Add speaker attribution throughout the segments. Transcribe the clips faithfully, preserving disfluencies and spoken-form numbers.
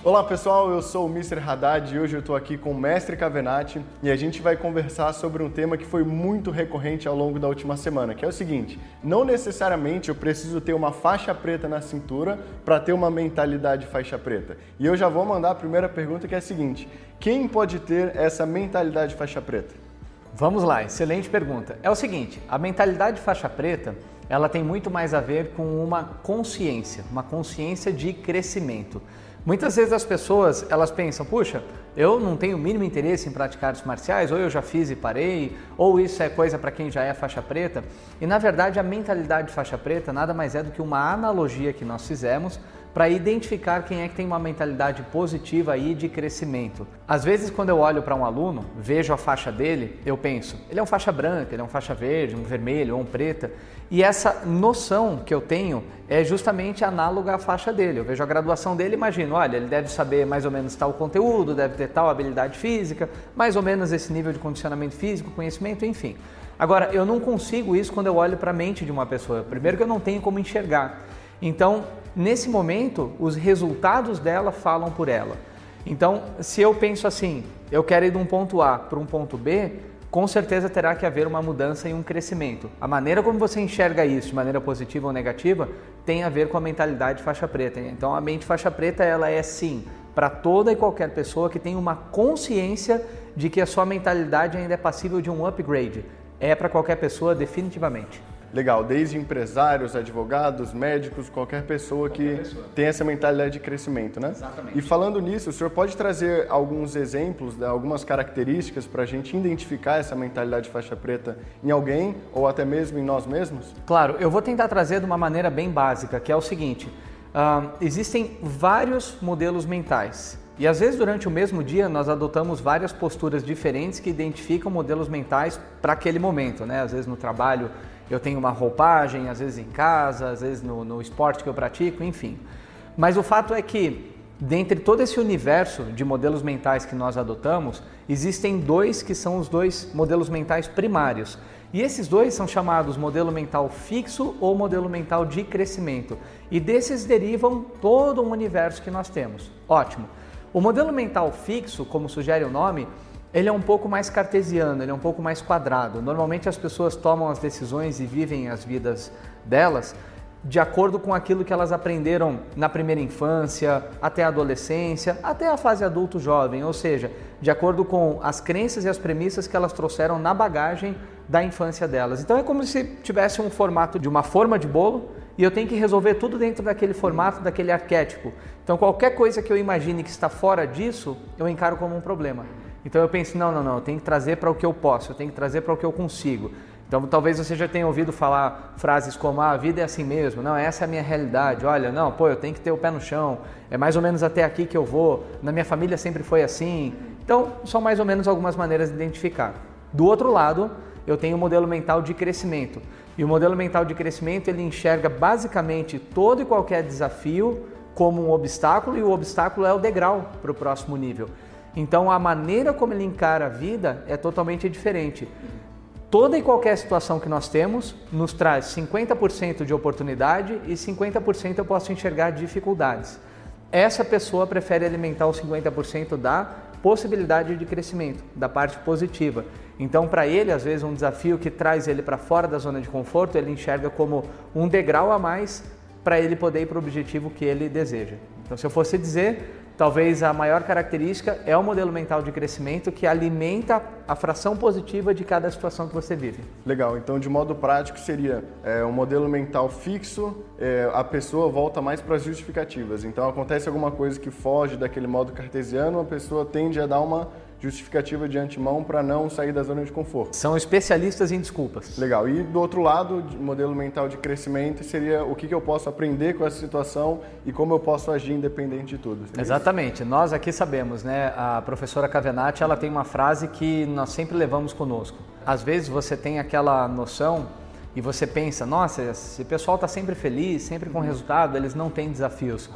Speaker 1: Olá pessoal, eu sou o mister Haddad e hoje eu estou aqui com o Mestre Cavenati e a gente vai conversar sobre um tema que foi muito recorrente ao longo da última semana, que é o seguinte: não necessariamente eu preciso ter uma faixa preta na cintura para ter uma mentalidade faixa preta. E eu já vou mandar a primeira pergunta, que é a seguinte: quem pode ter essa mentalidade faixa preta?
Speaker 2: Vamos lá, excelente pergunta. É o seguinte, a mentalidade faixa preta, ela tem muito mais a ver com uma consciência, uma consciência de crescimento. Muitas vezes as pessoas, elas pensam, puxa, eu não tenho o mínimo interesse em praticar artes marciais, ou eu já fiz e parei, ou isso é coisa para quem já é faixa preta. E na verdade a mentalidade faixa preta nada mais é do que uma analogia que nós fizemos para identificar quem é que tem uma mentalidade positiva aí de crescimento. Às vezes quando eu olho para um aluno, vejo a faixa dele, eu penso, ele é um faixa branca, ele é um faixa verde, um vermelho ou um preta, e essa noção que eu tenho é justamente análoga à faixa dele. Eu vejo a graduação dele e imagino, olha, ele deve saber mais ou menos tal conteúdo, deve ter tal habilidade física, mais ou menos esse nível de condicionamento físico, conhecimento, enfim. Agora, eu não consigo isso quando eu olho para a mente de uma pessoa. Primeiro que eu não tenho como enxergar. Então, nesse momento, os resultados dela falam por ela. Então, se eu penso assim, eu quero ir de um ponto A para um ponto B, com certeza terá que haver uma mudança e um crescimento. A maneira como você enxerga isso, de maneira positiva ou negativa, tem a ver com a mentalidade faixa preta. Então, a mente faixa preta, ela é sim, para toda e qualquer pessoa que tem uma consciência de que a sua mentalidade ainda é passível de um upgrade. É para qualquer pessoa, definitivamente.
Speaker 1: Legal, desde empresários, advogados, médicos, qualquer pessoa qualquer que pessoa. tem essa mentalidade de crescimento, né?
Speaker 2: Exatamente.
Speaker 1: E falando nisso, o senhor pode trazer alguns exemplos, algumas características para a gente identificar essa mentalidade faixa preta em alguém ou até mesmo em nós mesmos?
Speaker 2: Claro, eu vou tentar trazer de uma maneira bem básica, que é o seguinte: uh, existem vários modelos mentais. E às vezes durante o mesmo dia nós adotamos várias posturas diferentes que identificam modelos mentais para aquele momento, né? Às vezes no trabalho eu tenho uma roupagem, às vezes em casa, às vezes no, no esporte que eu pratico, enfim. Mas o fato é que, dentre todo esse universo de modelos mentais que nós adotamos, existem dois que são os dois modelos mentais primários. E esses dois são chamados modelo mental fixo ou modelo mental de crescimento. E desses derivam todo um universo que nós temos. Ótimo. O modelo mental fixo, como sugere o nome, ele é um pouco mais cartesiano, ele é um pouco mais quadrado. Normalmente as pessoas tomam as decisões e vivem as vidas delas de acordo com aquilo que elas aprenderam na primeira infância, até a adolescência, até a fase adulto jovem, ou seja, de acordo com as crenças e as premissas que elas trouxeram na bagagem da infância delas. Então é como se tivesse um formato de uma forma de bolo e eu tenho que resolver tudo dentro daquele formato, daquele arquétipo. Então qualquer coisa que eu imagine que está fora disso, eu encaro como um problema. Então eu penso, não, não, não, eu tenho que trazer para o que eu posso, eu tenho que trazer para o que eu consigo. Então talvez você já tenha ouvido falar frases como, ah, a vida é assim mesmo, não, essa é a minha realidade, olha, não, pô, eu tenho que ter o pé no chão, é mais ou menos até aqui que eu vou, na minha família sempre foi assim. Então são mais ou menos algumas maneiras de identificar. Do outro lado, eu tenho o modelo mental de crescimento. E o modelo mental de crescimento, ele enxerga basicamente todo e qualquer desafio como um obstáculo, e o obstáculo é o degrau para o próximo nível. Então a maneira como ele encara a vida é totalmente diferente. Toda e qualquer situação que nós temos nos traz cinquenta por cento de oportunidade e cinquenta por cento eu posso enxergar dificuldades. Essa pessoa prefere alimentar os cinquenta por cento da possibilidade de crescimento, da parte positiva. Então para ele, às vezes, um desafio que traz ele para fora da zona de conforto, ele enxerga como um degrau a mais para ele poder ir para o objetivo que ele deseja. Então se eu fosse dizer, talvez a maior característica é o modelo mental de crescimento que alimenta a fração positiva de cada situação que você vive.
Speaker 1: Legal, então de modo prático seria é, um modelo mental fixo, é, a pessoa volta mais para as justificativas. Então acontece alguma coisa que foge daquele modo cartesiano, a pessoa tende a dar uma justificativa de antemão para não sair da zona de conforto.
Speaker 2: São especialistas em desculpas.
Speaker 1: Legal. E do outro lado, o modelo mental de crescimento seria o que, que eu posso aprender com essa situação e como eu posso agir independente de tudo. Seria
Speaker 2: Exatamente. Isso? Nós aqui sabemos, né? A professora Cavenati, ela tem uma frase que nós sempre levamos conosco. Às vezes você tem aquela noção e você pensa, nossa, esse pessoal está sempre feliz, sempre com resultado, eles não têm desafios.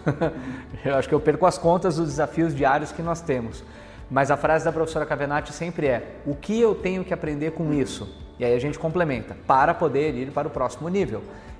Speaker 2: Eu acho que eu perco as contas dos desafios diários que nós temos. Mas a frase da professora Cavenati sempre é, o que eu tenho que aprender com isso? E aí a gente complementa, para poder ir para o próximo nível.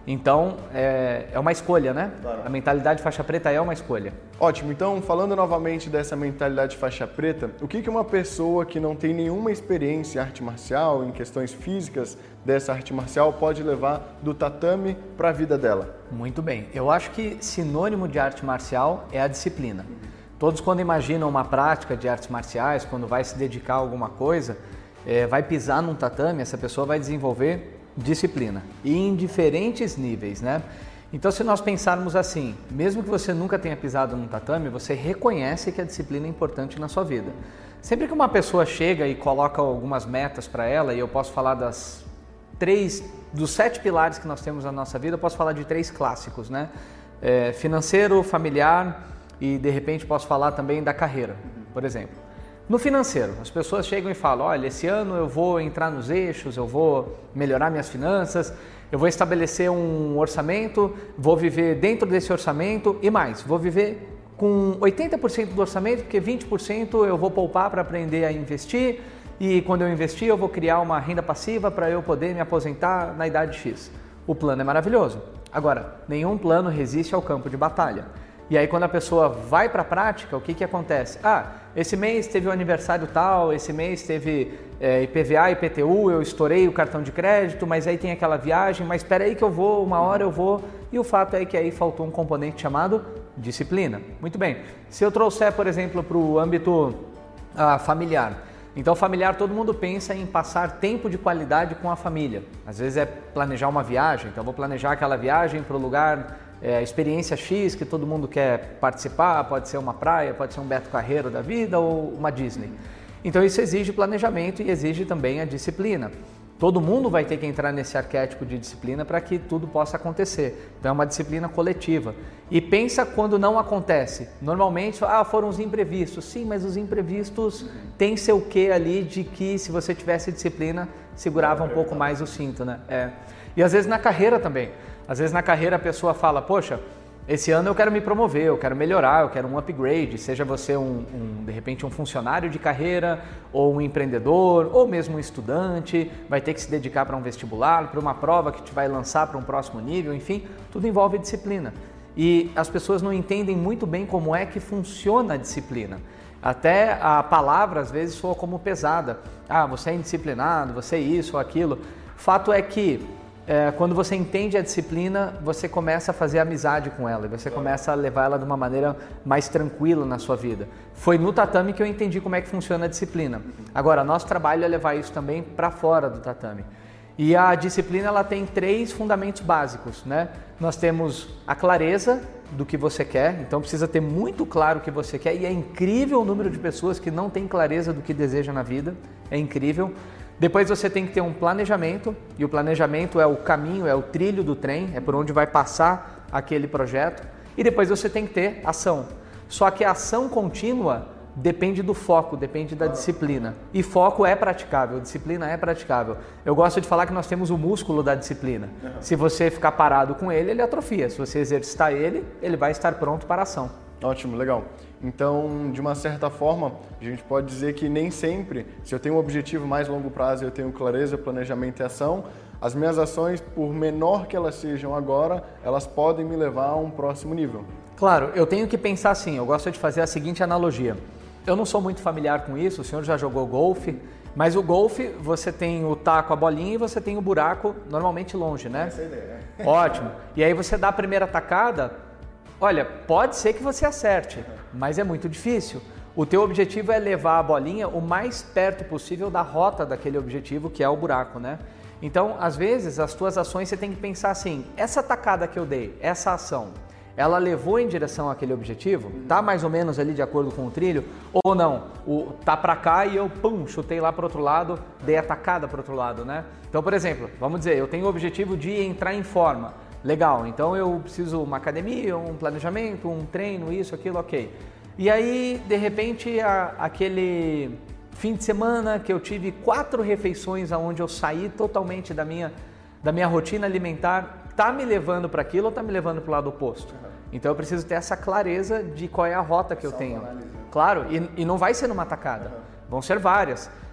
Speaker 2: Então, é, é uma escolha, né?
Speaker 1: Claro.
Speaker 2: A mentalidade faixa preta é uma escolha.
Speaker 1: Ótimo. Então, falando novamente dessa mentalidade faixa preta, o que que uma pessoa que não tem nenhuma experiência em arte marcial, em questões físicas dessa arte marcial, pode levar do tatame para a vida dela?
Speaker 2: Muito bem. Eu acho que sinônimo de arte marcial é a disciplina. Todos, quando imaginam uma prática de artes marciais, quando vai se dedicar a alguma coisa, é, vai pisar num tatame, essa pessoa vai desenvolver disciplina, e em diferentes níveis, né? Então, se nós pensarmos assim, mesmo que você nunca tenha pisado num tatame, você reconhece que a disciplina é importante na sua vida. Sempre que uma pessoa chega e coloca algumas metas para ela, e eu posso falar das três, dos sete pilares que nós temos na nossa vida, eu posso falar de três clássicos, né? É, financeiro, familiar e, de repente, posso falar também da carreira, por exemplo. No financeiro, as pessoas chegam e falam, olha, esse ano eu vou entrar nos eixos, eu vou melhorar minhas finanças, eu vou estabelecer um orçamento, vou viver dentro desse orçamento e mais, vou viver com oitenta por cento do orçamento, porque vinte por cento eu vou poupar para aprender a investir e quando eu investir eu vou criar uma renda passiva para eu poder me aposentar na idade X. O plano é maravilhoso. Agora, nenhum plano resiste ao campo de batalha. E aí quando a pessoa vai para a prática, o que que acontece? Ah, esse mês teve o aniversário tal, esse mês teve é, I P V A, I P T U, eu estourei o cartão de crédito, mas aí tem aquela viagem, mas espera aí que eu vou, uma hora eu vou. E o fato é que aí faltou um componente chamado disciplina. Muito bem, se eu trouxer, por exemplo, para o âmbito ah, familiar, então familiar todo mundo pensa em passar tempo de qualidade com a família. Às vezes é planejar uma viagem, então eu vou planejar aquela viagem para o lugar... É, experiência X que todo mundo quer participar, pode ser uma praia, pode ser um Beto Carreiro da vida ou uma Disney. Então isso exige planejamento e exige também a disciplina. Todo mundo vai ter que entrar nesse arquétipo de disciplina para que tudo possa acontecer. Então é uma disciplina coletiva. E pensa quando não acontece. Normalmente, ah, foram os imprevistos. Sim, mas os imprevistos têm seu quê ali de que se você tivesse disciplina, segurava um pouco mais o cinto, né? É. E às vezes na carreira também. Às vezes na carreira a pessoa fala, poxa, esse ano eu quero me promover, eu quero melhorar, eu quero um upgrade, seja você um, um, de repente um funcionário de carreira, ou um empreendedor, ou mesmo um estudante, vai ter que se dedicar para um vestibular, para uma prova que te vai lançar para um próximo nível, enfim, tudo envolve disciplina. E as pessoas não entendem muito bem como é que funciona a disciplina. Até a palavra às vezes soa como pesada. Ah, você é indisciplinado, você é isso ou aquilo. Fato é que É, quando você entende a disciplina, você começa a fazer amizade com ela e você começa a levar ela de uma maneira mais tranquila na sua vida. Foi no tatame que eu entendi como é que funciona a disciplina. Agora, nosso trabalho é levar isso também para fora do tatame. E a disciplina ela tem três fundamentos básicos, né? Nós temos a clareza do que você quer, então precisa ter muito claro o que você quer e é incrível o número de pessoas que não têm clareza do que deseja na vida, é incrível. Depois você tem que ter um planejamento, e o planejamento é o caminho, é o trilho do trem, é por onde vai passar aquele projeto. E depois você tem que ter ação. Só que a ação contínua depende do foco, depende da disciplina. E foco é praticável, disciplina é praticável. Eu gosto de falar que nós temos o músculo da disciplina. Se você ficar parado com ele, ele atrofia. Se você exercitar ele, ele vai estar pronto para a ação.
Speaker 1: Ótimo, legal. Então, de uma certa forma, a gente pode dizer que nem sempre, se eu tenho um objetivo mais longo prazo, eu tenho clareza, planejamento e ação, as minhas ações, por menor que elas sejam agora, elas podem me levar a um próximo nível.
Speaker 2: Claro, eu tenho que pensar assim, eu gosto de fazer a seguinte analogia. Eu não sou muito familiar com isso, o senhor já jogou golfe, mas o golfe, você tem o taco, a bolinha e você tem o buraco normalmente longe, né?
Speaker 1: Essa é a ideia.
Speaker 2: Ótimo. E aí você dá a primeira tacada, olha, pode ser que você acerte, mas é muito difícil. O teu objetivo é levar a bolinha o mais perto possível da rota daquele objetivo, que é o buraco, né? Então, às vezes, as tuas ações você tem que pensar assim, essa tacada que eu dei, essa ação, ela levou em direção àquele objetivo? Tá mais ou menos ali de acordo com o trilho? Ou não? O, tá para cá e eu, pum, chutei lá para o outro lado, dei a tacada para o outro lado, né? Então, por exemplo, vamos dizer, eu tenho o objetivo de entrar em forma. Legal, então eu preciso uma academia, um planejamento, um treino, isso, aquilo, ok. E aí, de repente, a, aquele fim de semana que eu tive quatro refeições onde eu saí totalmente da minha, da minha rotina alimentar, tá me levando para aquilo ou tá me levando para o lado oposto? Uhum. Então eu preciso ter essa clareza de qual é a rota que eu tenho. Claro, e, e não vai ser numa tacada, uhum. Vão ser várias.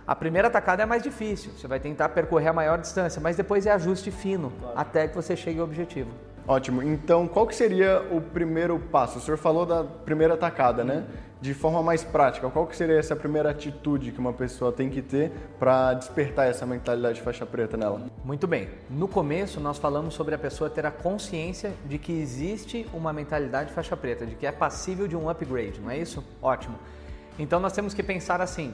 Speaker 2: A primeira tacada é mais difícil, você vai tentar percorrer a maior distância, mas depois é ajuste fino, claro, até que você chegue ao objetivo.
Speaker 1: Ótimo. Então, qual que seria o primeiro passo? O senhor falou da primeira tacada, né? De forma mais prática, qual que seria essa primeira atitude que uma pessoa tem que ter para despertar essa mentalidade faixa preta nela?
Speaker 2: Muito bem. No começo, nós falamos sobre a pessoa ter a consciência de que existe uma mentalidade faixa preta, de que é passível de um upgrade, não é isso? Ótimo. Então, nós temos que pensar assim,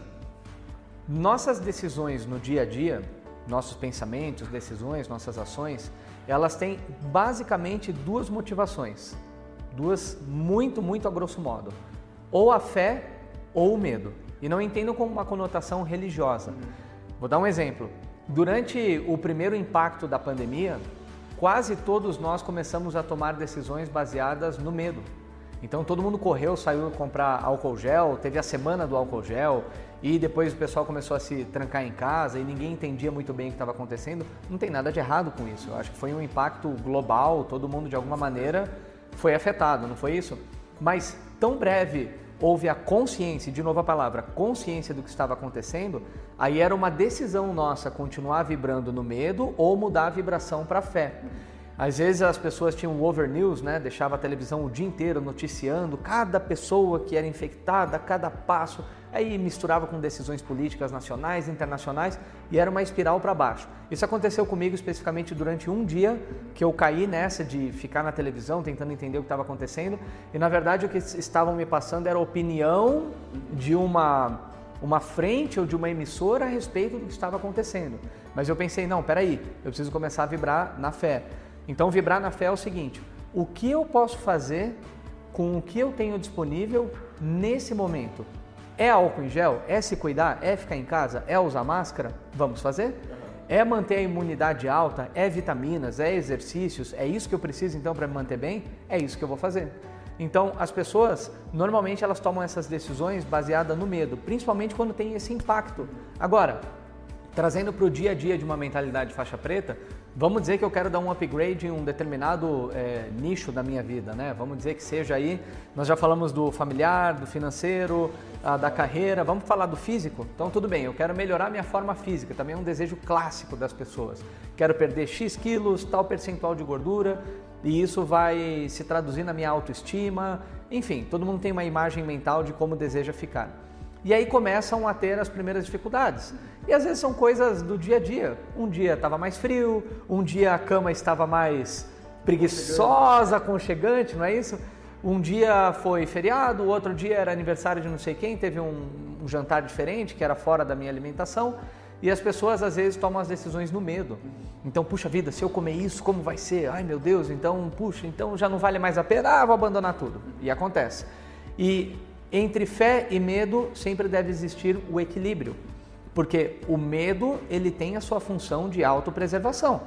Speaker 2: nossas decisões no dia a dia, nossos pensamentos, decisões, nossas ações, elas têm basicamente duas motivações, duas muito, muito a grosso modo, ou a fé ou o medo, e não entendam como uma conotação religiosa. Vou dar um exemplo, durante o primeiro impacto da pandemia, quase todos nós começamos a tomar decisões baseadas no medo. Então todo mundo correu, saiu comprar álcool gel, teve a semana do álcool gel e depois o pessoal começou a se trancar em casa e ninguém entendia muito bem o que estava acontecendo. Não tem nada de errado com isso, eu acho que foi um impacto global, todo mundo de alguma maneira foi afetado, não foi isso? Mas tão breve houve a consciência, de novo a palavra, consciência do que estava acontecendo, aí era uma decisão nossa continuar vibrando no medo ou mudar a vibração para a fé. Às vezes as pessoas tinham o over news, né? Deixava a televisão o dia inteiro noticiando cada pessoa que era infectada, cada passo, aí misturava com decisões políticas nacionais, internacionais e era uma espiral para baixo. Isso aconteceu comigo especificamente durante um dia que eu caí nessa de ficar na televisão tentando entender o que estava acontecendo e na verdade o que estavam me passando era a opinião de uma, uma frente ou de uma emissora a respeito do que estava acontecendo. Mas eu pensei, não, peraí, eu preciso começar a vibrar na fé. Então, vibrar na fé é o seguinte, o que eu posso fazer com o que eu tenho disponível nesse momento? É álcool em gel? É se cuidar? É ficar em casa? É usar máscara? Vamos fazer? É manter a imunidade alta? É vitaminas? É exercícios? É isso que eu preciso então para me manter bem? É isso que eu vou fazer. Então, as pessoas, normalmente elas tomam essas decisões baseadas no medo, principalmente quando tem esse impacto. Agora, trazendo para o dia a dia de uma mentalidade faixa preta, vamos dizer que eu quero dar um upgrade em um determinado é, nicho da minha vida, né? Vamos dizer que seja aí, nós já falamos do familiar, do financeiro, a, da carreira, vamos falar do físico? Então tudo bem, eu quero melhorar minha forma física, também é um desejo clássico das pessoas. Quero perder X quilos, tal percentual de gordura e isso vai se traduzir na minha autoestima, enfim, todo mundo tem uma imagem mental de como deseja ficar. E aí começam a ter as primeiras dificuldades. E às vezes são coisas do dia a dia. Um dia estava mais frio, um dia a cama estava mais preguiçosa, aconchegante, não é isso? Um dia foi feriado, o outro dia era aniversário de não sei quem, teve um, um jantar diferente que era fora da minha alimentação. E as pessoas às vezes tomam as decisões no medo. Então, puxa vida, se eu comer isso, como vai ser? Ai meu Deus, então, puxa, então já não vale mais a pena, ah, vou abandonar tudo. E acontece. E entre fé e medo sempre deve existir o equilíbrio, porque o medo ele tem a sua função de autopreservação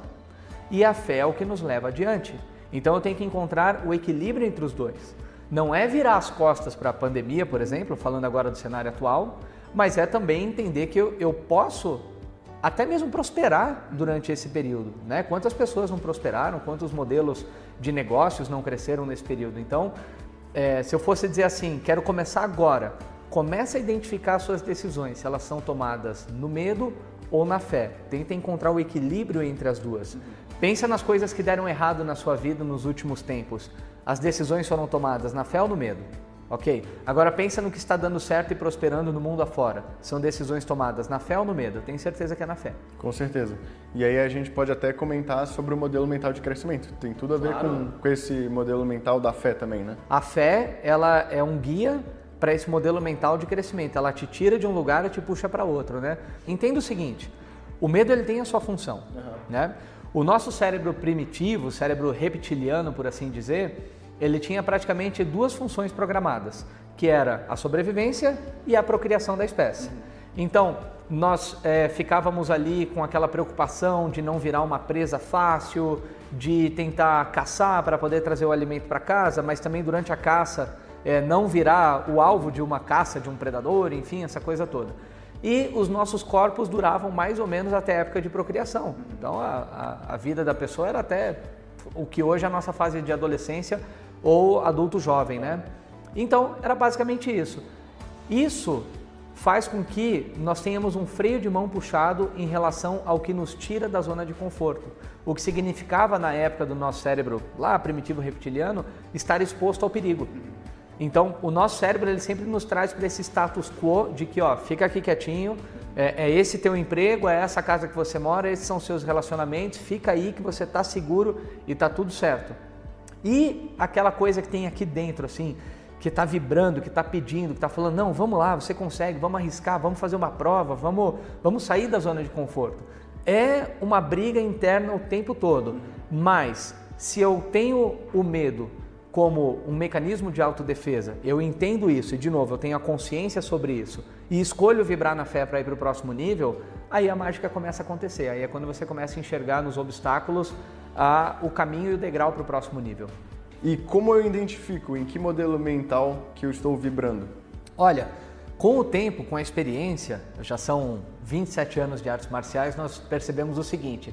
Speaker 2: e a fé é o que nos leva adiante. Então eu tenho que encontrar o equilíbrio entre os dois. Não é virar as costas para a pandemia, por exemplo, falando agora do cenário atual, mas é também entender que eu, eu posso até mesmo prosperar durante esse período, né? Quantas pessoas não prosperaram, quantos modelos de negócios não cresceram nesse período. Então, É, se eu fosse dizer assim, quero começar agora, comece a identificar suas decisões, se elas são tomadas no medo ou na fé. Tenta encontrar o equilíbrio entre as duas. Pensa nas coisas que deram errado na sua vida nos últimos tempos. As decisões foram tomadas na fé ou no medo? Ok, agora pensa no que está dando certo e prosperando no mundo afora. São decisões tomadas na fé ou no medo? Eu tenho certeza que é na fé.
Speaker 1: Com certeza. E aí a gente pode até comentar sobre o modelo mental de crescimento. Tem tudo a ver claro. com, com esse modelo mental da fé também, né?
Speaker 2: A fé, ela é um guia para esse modelo mental de crescimento. Ela te tira de um lugar e te puxa para outro, né? Entenda o seguinte, o medo ele tem a sua função, uhum. né? O nosso cérebro primitivo, o cérebro reptiliano, por assim dizer, ele tinha praticamente duas funções programadas, que era a sobrevivência e a procriação da espécie. Então, nós é, ficávamos ali com aquela preocupação de não virar uma presa fácil, de tentar caçar para poder trazer o alimento para casa, mas também durante a caça é, não virar o alvo de uma caça, de um predador, enfim, essa coisa toda. E os nossos corpos duravam mais ou menos até a época de procriação. Então, a, a, a vida da pessoa era até o que hoje é a nossa fase de adolescência ou adulto jovem, né? Então, era basicamente isso. Isso faz com que nós tenhamos um freio de mão puxado em relação ao que nos tira da zona de conforto. O que significava na época do nosso cérebro, lá primitivo reptiliano, estar exposto ao perigo. Então, o nosso cérebro ele sempre nos traz para esse status quo de que, ó, fica aqui quietinho, é, é esse teu emprego, é essa casa que você mora, esses são seus relacionamentos, fica aí que você está seguro e está tudo certo. E aquela coisa que tem aqui dentro, assim, que está vibrando, que está pedindo, que está falando, não, vamos lá, você consegue, vamos arriscar, vamos fazer uma prova, vamos, vamos sair da zona de conforto. É uma briga interna o tempo todo, mas se eu tenho o medo como um mecanismo de autodefesa, eu entendo isso e, de novo, eu tenho a consciência sobre isso e escolho vibrar na fé para ir para o próximo nível, aí a mágica começa a acontecer. Aí é quando você começa a enxergar nos obstáculos a, o caminho e o degrau para o próximo nível.
Speaker 1: E como eu identifico em que modelo mental que eu estou vibrando?
Speaker 2: Olha, com o tempo, com a experiência, já são vinte e sete anos de artes marciais, nós percebemos o seguinte,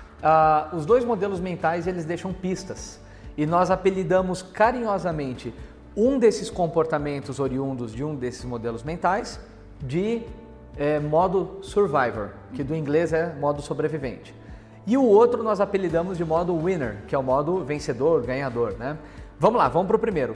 Speaker 2: uh, os dois modelos mentais eles deixam pistas e nós apelidamos carinhosamente um desses comportamentos oriundos de um desses modelos mentais de é, modo survivor, que do inglês é modo sobrevivente. E o outro nós apelidamos de modo winner, que é o modo vencedor, ganhador, né? Vamos lá, vamos para o primeiro.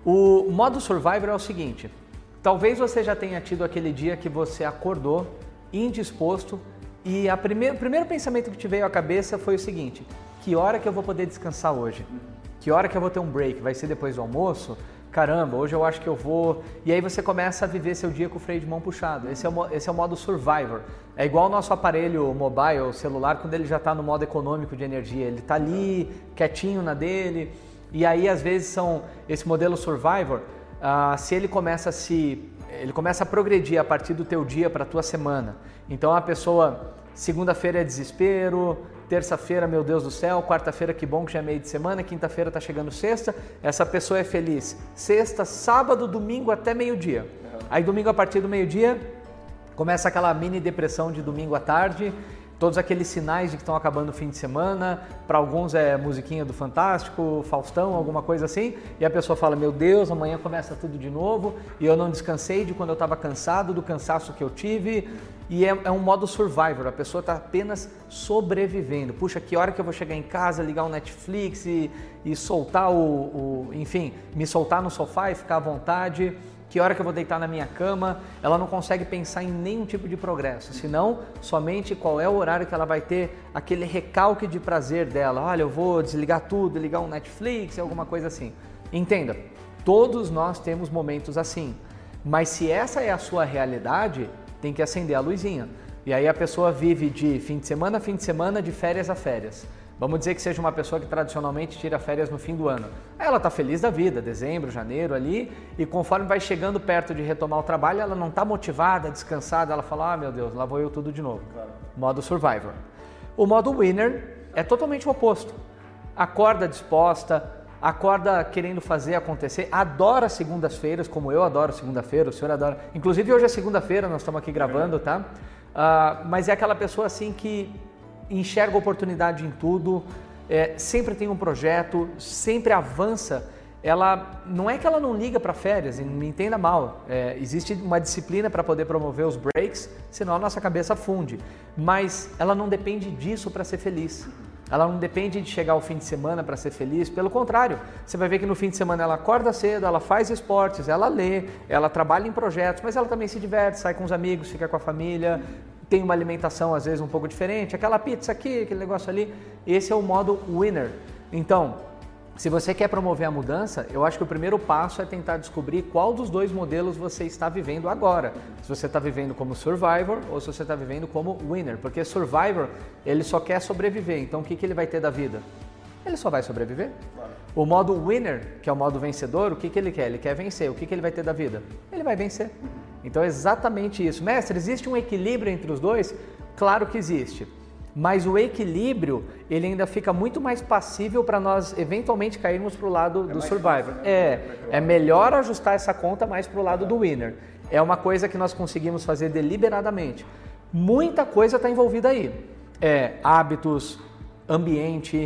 Speaker 2: O modo survivor é o seguinte, talvez você já tenha tido aquele dia que você acordou indisposto e a primeir, o primeiro pensamento que te veio à cabeça foi o seguinte, que hora que eu vou poder descansar hoje? Que hora que eu vou ter um break? Vai ser depois do almoço? Caramba, hoje eu acho que eu vou... E aí você começa a viver seu dia com o freio de mão puxado. Esse é o, esse é o modo survivor. É igual o nosso aparelho mobile, celular, quando ele já está no modo econômico de energia. Ele está ali, quietinho na dele. E aí, às vezes, são esse modelo survivor, ah, se ele começa a se... Ele começa a progredir a partir do teu dia para a tua semana. Então, a pessoa... Segunda-feira é desespero, terça-feira, meu Deus do céu, quarta-feira, que bom que já é meio de semana, quinta-feira tá chegando sexta, essa pessoa é feliz. Sexta, sábado, domingo até meio-dia. Aí domingo a partir do meio-dia, começa aquela mini depressão de domingo à tarde, todos aqueles sinais de que estão acabando o fim de semana, para alguns é musiquinha do Fantástico, Faustão, alguma coisa assim, e a pessoa fala, meu Deus, amanhã começa tudo de novo, e eu não descansei de quando eu estava cansado, do cansaço que eu tive, e é, é um modo survivor, a pessoa está apenas sobrevivendo. Puxa, que hora que eu vou chegar em casa, ligar o Netflix e, e soltar o, o, enfim, me soltar no sofá e ficar à vontade, que hora que eu vou deitar na minha cama, ela não consegue pensar em nenhum tipo de progresso, senão somente qual é o horário que ela vai ter aquele recalque de prazer dela. Olha, eu vou desligar tudo, ligar um Netflix, alguma coisa assim. Entenda, todos nós temos momentos assim, mas se essa é a sua realidade, tem que acender a luzinha. E aí a pessoa vive de fim de semana a fim de semana, de férias a férias. Vamos dizer que seja uma pessoa que tradicionalmente tira férias no fim do ano. Aí ela está feliz da vida, dezembro, janeiro ali, e conforme vai chegando perto de retomar o trabalho, ela não está motivada, descansada, ela fala, ah meu Deus, lá vou eu tudo de novo. Claro. Modo survivor. O modo winner é totalmente o oposto. Acorda disposta, acorda querendo fazer acontecer, adora segundas-feiras, como eu adoro segunda-feira, o senhor adora. Inclusive hoje é segunda-feira, nós estamos aqui gravando, tá? Uh, mas é aquela pessoa assim que enxerga oportunidade em tudo, é, sempre tem um projeto, sempre avança. Ela não é que ela não liga para férias, me entenda mal, é, existe uma disciplina para poder promover os breaks, senão a nossa cabeça funde, mas ela não depende disso para ser feliz. Ela não depende de chegar ao fim de semana para ser feliz, pelo contrário, você vai ver que no fim de semana ela acorda cedo, ela faz esportes, ela lê, ela trabalha em projetos, mas ela também se diverte, sai com os amigos, fica com a família, tem uma alimentação às vezes um pouco diferente, aquela pizza aqui, aquele negócio ali, esse é o modo winner. Então, se você quer promover a mudança, eu acho que o primeiro passo é tentar descobrir qual dos dois modelos você está vivendo agora. Se você está vivendo como survivor ou se você está vivendo como winner, porque survivor, ele só quer sobreviver, então o que, que ele vai ter da vida? Ele só vai sobreviver. Claro. O modo winner, que é o modo vencedor, o que, que ele quer? Ele quer vencer. O que, que ele vai ter da vida? Ele vai vencer. Então é exatamente isso. Mestre, existe um equilíbrio entre os dois? Claro que existe. Mas o equilíbrio, ele ainda fica muito mais passível para nós eventualmente cairmos para o lado é do survivor. Difícil, né? É, é melhor ajustar essa conta mais para o lado do winner. É uma coisa que nós conseguimos fazer deliberadamente. Muita coisa está envolvida aí. É, hábitos, ambiente,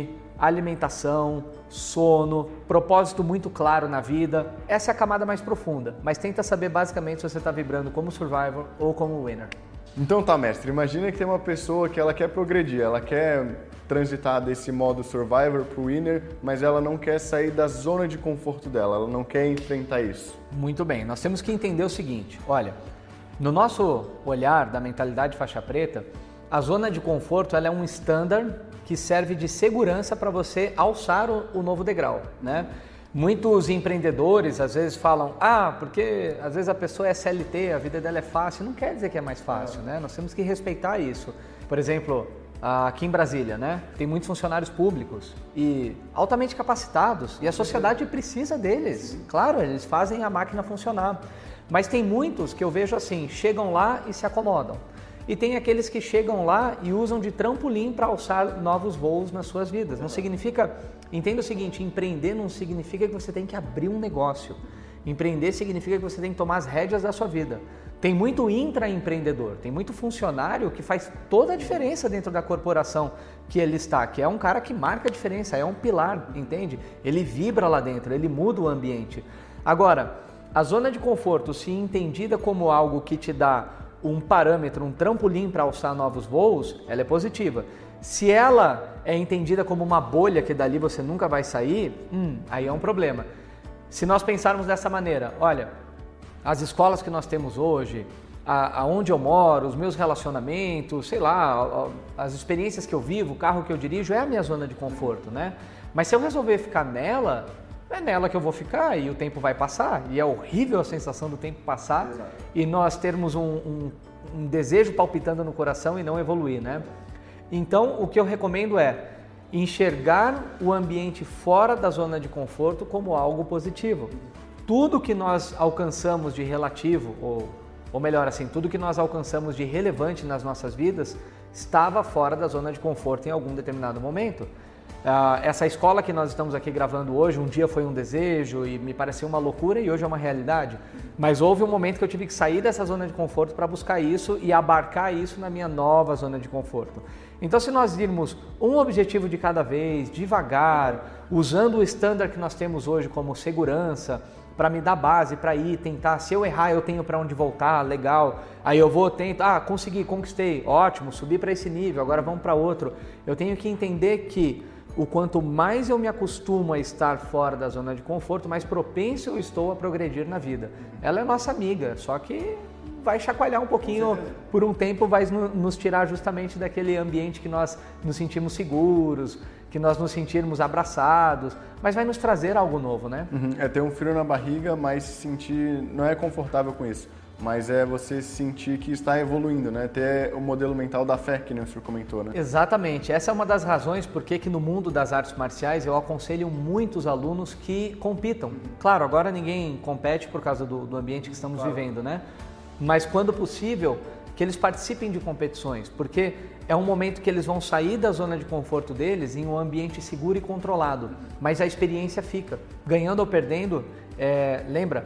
Speaker 2: alimentação, sono, propósito muito claro na vida. Essa é a camada mais profunda, mas tenta saber basicamente se você está vibrando como survivor ou como winner.
Speaker 1: Então tá, mestre, imagina que tem uma pessoa que ela quer progredir, ela quer transitar desse modo survivor para o winner, mas ela não quer sair da zona de conforto dela, ela não quer enfrentar isso.
Speaker 2: Muito bem, nós temos que entender o seguinte, olha, no nosso olhar da mentalidade faixa preta, a zona de conforto ela é um standard que serve de segurança para você alçar o, o novo degrau, né? Muitos empreendedores às vezes falam, ah, porque às vezes a pessoa é C L T, a vida dela é fácil. Não quer dizer que é mais fácil, né? Nós temos que respeitar isso. Por exemplo, aqui em Brasília, né? Tem muitos funcionários públicos e altamente capacitados e a sociedade precisa deles. Claro, eles fazem a máquina funcionar. Mas tem muitos que eu vejo assim, chegam lá e se acomodam. E tem aqueles que chegam lá e usam de trampolim para alçar novos voos nas suas vidas. Não significa, entenda o seguinte, empreender não significa que você tem que abrir um negócio. Empreender significa que você tem que tomar as rédeas da sua vida. Tem muito intraempreendedor, tem muito funcionário que faz toda a diferença dentro da corporação que ele está, que é um cara que marca a diferença, é um pilar, entende? Ele vibra lá dentro, ele muda o ambiente. Agora, a zona de conforto, se entendida como algo que te dá um parâmetro, um trampolim para alçar novos voos, ela é positiva. Se ela é entendida como uma bolha que dali você nunca vai sair, hum, aí é um problema. Se nós pensarmos dessa maneira, olha, as escolas que nós temos hoje, a, aonde eu moro, os meus relacionamentos, sei lá, as experiências que eu vivo, o carro que eu dirijo, é a minha zona de conforto, né? Mas se eu resolver ficar nela, é nela que eu vou ficar e o tempo vai passar. E é horrível a sensação do tempo passar. Exato. E nós termos um, um, um desejo palpitando no coração e não evoluir, né? Então, o que eu recomendo é enxergar o ambiente fora da zona de conforto como algo positivo. Tudo que nós alcançamos de relativo, ou, ou melhor assim, tudo que nós alcançamos de relevante nas nossas vidas estava fora da zona de conforto em algum determinado momento. Uh, essa escola que nós estamos aqui gravando hoje, um dia foi um desejo e me pareceu uma loucura e hoje é uma realidade. Mas houve um momento que eu tive que sair dessa zona de conforto para buscar isso e abarcar isso na minha nova zona de conforto. Então, se nós irmos um objetivo de cada vez, devagar, usando o standard que nós temos hoje como segurança, para me dar base, para ir tentar, se eu errar eu tenho para onde voltar, legal, aí eu vou tentar, ah, consegui, conquistei, ótimo, subi para esse nível, agora vamos para outro. Eu tenho que entender que o quanto mais eu me acostumo a estar fora da zona de conforto, mais propenso eu estou a progredir na vida. Ela é nossa amiga, só que vai chacoalhar um pouquinho, por um tempo vai nos tirar justamente daquele ambiente que nós nos sentimos seguros, que nós nos sentirmos abraçados, mas vai nos trazer algo novo, né?
Speaker 1: Uhum. É ter um frio na barriga, mas se sentir, não é confortável com isso, mas é você sentir que está evoluindo, né? Ter o modelo mental da fé, que nem o senhor comentou, né?
Speaker 2: Exatamente. Essa é uma das razões por que no mundo das artes marciais eu aconselho muitos alunos que compitam. Claro, agora ninguém compete por causa do, do ambiente que estamos claro. vivendo, né? Mas quando possível, que eles participem de competições, porque é um momento que eles vão sair da zona de conforto deles em um ambiente seguro e controlado, mas a experiência fica. Ganhando ou perdendo, é, lembra,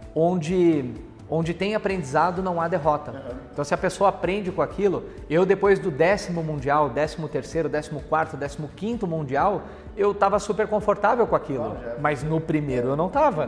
Speaker 2: onde, onde tem aprendizado não há derrota. Então se a pessoa aprende com aquilo, eu depois do décimo mundial, décimo terceiro, décimo quarto, décimo quinto mundial, eu estava super confortável com aquilo, mas no primeiro eu não estava,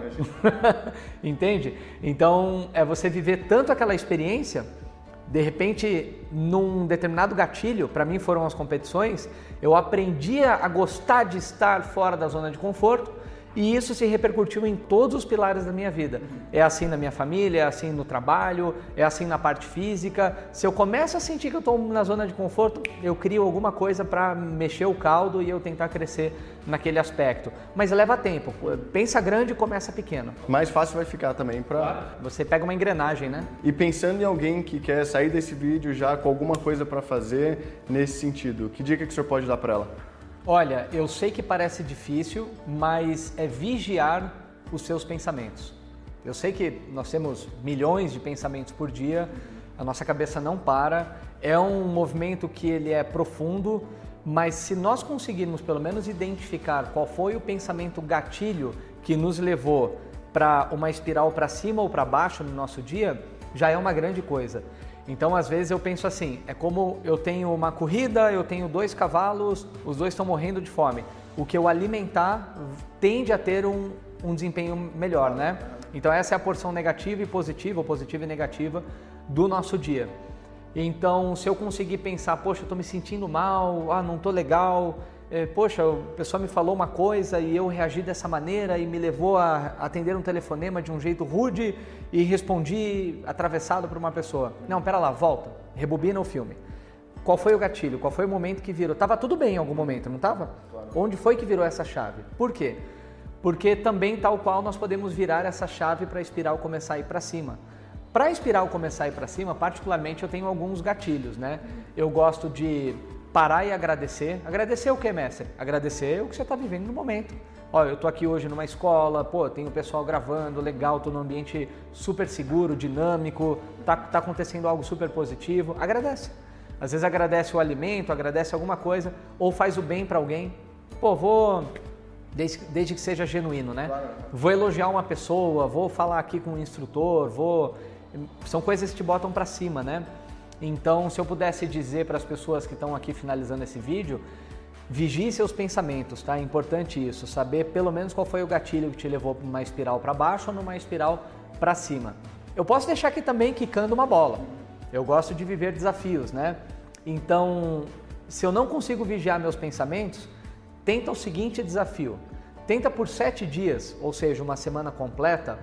Speaker 2: entende? Então é você viver tanto aquela experiência. De repente, num determinado gatilho, para mim foram as competições, eu aprendia a gostar de estar fora da zona de conforto e isso se repercutiu em todos os pilares da minha vida. É assim na minha família, é assim no trabalho, é assim na parte física. Se eu começo a sentir que eu estou na zona de conforto, eu crio alguma coisa para mexer o caldo e eu tentar crescer naquele aspecto. Mas leva tempo. Pensa grande e começa pequeno.
Speaker 1: Mais fácil vai ficar também para...
Speaker 2: Você pega uma engrenagem, né?
Speaker 1: E pensando em alguém que quer sair desse vídeo já com alguma coisa para fazer nesse sentido, que dica que o senhor pode dar para ela?
Speaker 2: Olha, eu sei que parece difícil, mas é vigiar os seus pensamentos. Eu sei que nós temos milhões de pensamentos por dia, a nossa cabeça não para, é um movimento que ele é profundo, mas se nós conseguirmos pelo menos identificar qual foi o pensamento gatilho que nos levou para uma espiral para cima ou para baixo no nosso dia, já é uma grande coisa. Então, às vezes eu penso assim, é como eu tenho uma corrida, eu tenho dois cavalos, os dois estão morrendo de fome. o que eu alimentar tende a ter um, um desempenho melhor, né? Então essa é a porção negativa e positiva, ou positiva e negativa do nosso dia. Então, se eu conseguir pensar, poxa, eu estou me sentindo mal, ah, não estou legal, é, poxa, a pessoa me falou uma coisa e eu reagi dessa maneira e me levou a atender um telefonema de um jeito rude e respondi atravessado por uma pessoa. Não, pera lá, volta, rebobina o filme. Qual foi o gatilho? Qual foi o momento que virou? Tava tudo bem em algum momento, não estava? Claro. Onde foi que virou essa chave? Por quê? Porque também, tal qual, nós podemos virar essa chave para a espiral começar a ir para cima. Para a espiral começar a ir para cima, particularmente, eu tenho alguns gatilhos, né? Eu gosto de parar e agradecer. Agradecer o que, mestre? Agradecer o que você está vivendo no momento. Olha, eu estou aqui hoje numa escola, pô, tem o pessoal gravando, legal, estou num ambiente super seguro, dinâmico, tá, tá acontecendo algo super positivo. Agradece. Às vezes agradece o alimento, agradece alguma coisa, ou faz o bem para alguém. Pô, vou... Desde, desde que seja genuíno, né? Claro. Vou elogiar uma pessoa, vou falar aqui com um instrutor, vou... São coisas que te botam para cima, né? Então, se eu pudesse dizer para as pessoas que estão aqui finalizando esse vídeo, vigie seus pensamentos, tá? É importante isso, saber pelo menos qual foi o gatilho que te levou numa espiral para baixo ou numa espiral para cima. Eu posso deixar aqui também quicando uma bola. Eu gosto de viver desafios, né? Então, se eu não consigo vigiar meus pensamentos, tenta o seguinte desafio. Tenta por sete dias, ou seja, uma semana completa,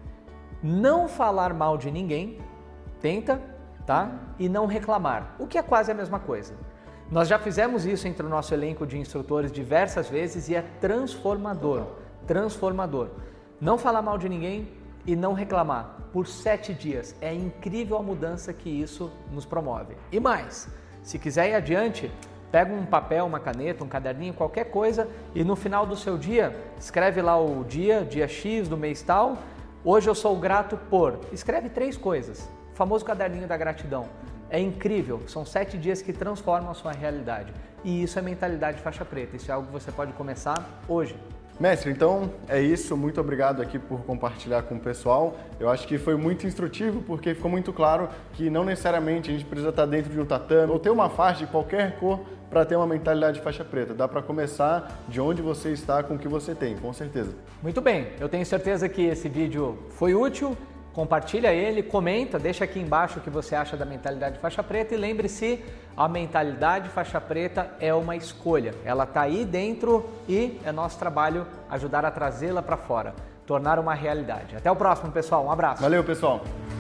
Speaker 2: não falar mal de ninguém, tenta, tá? E não reclamar, o que é quase a mesma coisa. Nós já fizemos isso entre o nosso elenco de instrutores diversas vezes e é transformador, transformador. Não falar mal de ninguém e não reclamar por sete dias. É incrível a mudança que isso nos promove. E mais, se quiser ir adiante, pega um papel, uma caneta, um caderninho, qualquer coisa e no final do seu dia, escreve lá o dia, dia X do mês tal. Hoje eu sou grato por... Escreve três coisas. O famoso caderninho da gratidão. É incrível. São sete dias que transformam a sua realidade. E isso é mentalidade faixa preta. Isso é algo que você pode começar hoje.
Speaker 1: Mestre, então é isso. Muito obrigado aqui por compartilhar com o pessoal. Eu acho que foi muito instrutivo porque ficou muito claro que não necessariamente a gente precisa estar dentro de um tatame ou ter uma faixa de qualquer cor para ter uma mentalidade faixa preta. Dá para começar de onde você está com o que você tem, com certeza.
Speaker 2: Muito bem. Eu tenho certeza que esse vídeo foi útil. Compartilha ele, comenta, deixa aqui embaixo o que você acha da mentalidade faixa preta e lembre-se, a mentalidade faixa preta é uma escolha. Ela está aí dentro e é nosso trabalho ajudar a trazê-la para fora, tornar uma realidade. Até o próximo, pessoal. Um abraço.
Speaker 1: Valeu, pessoal.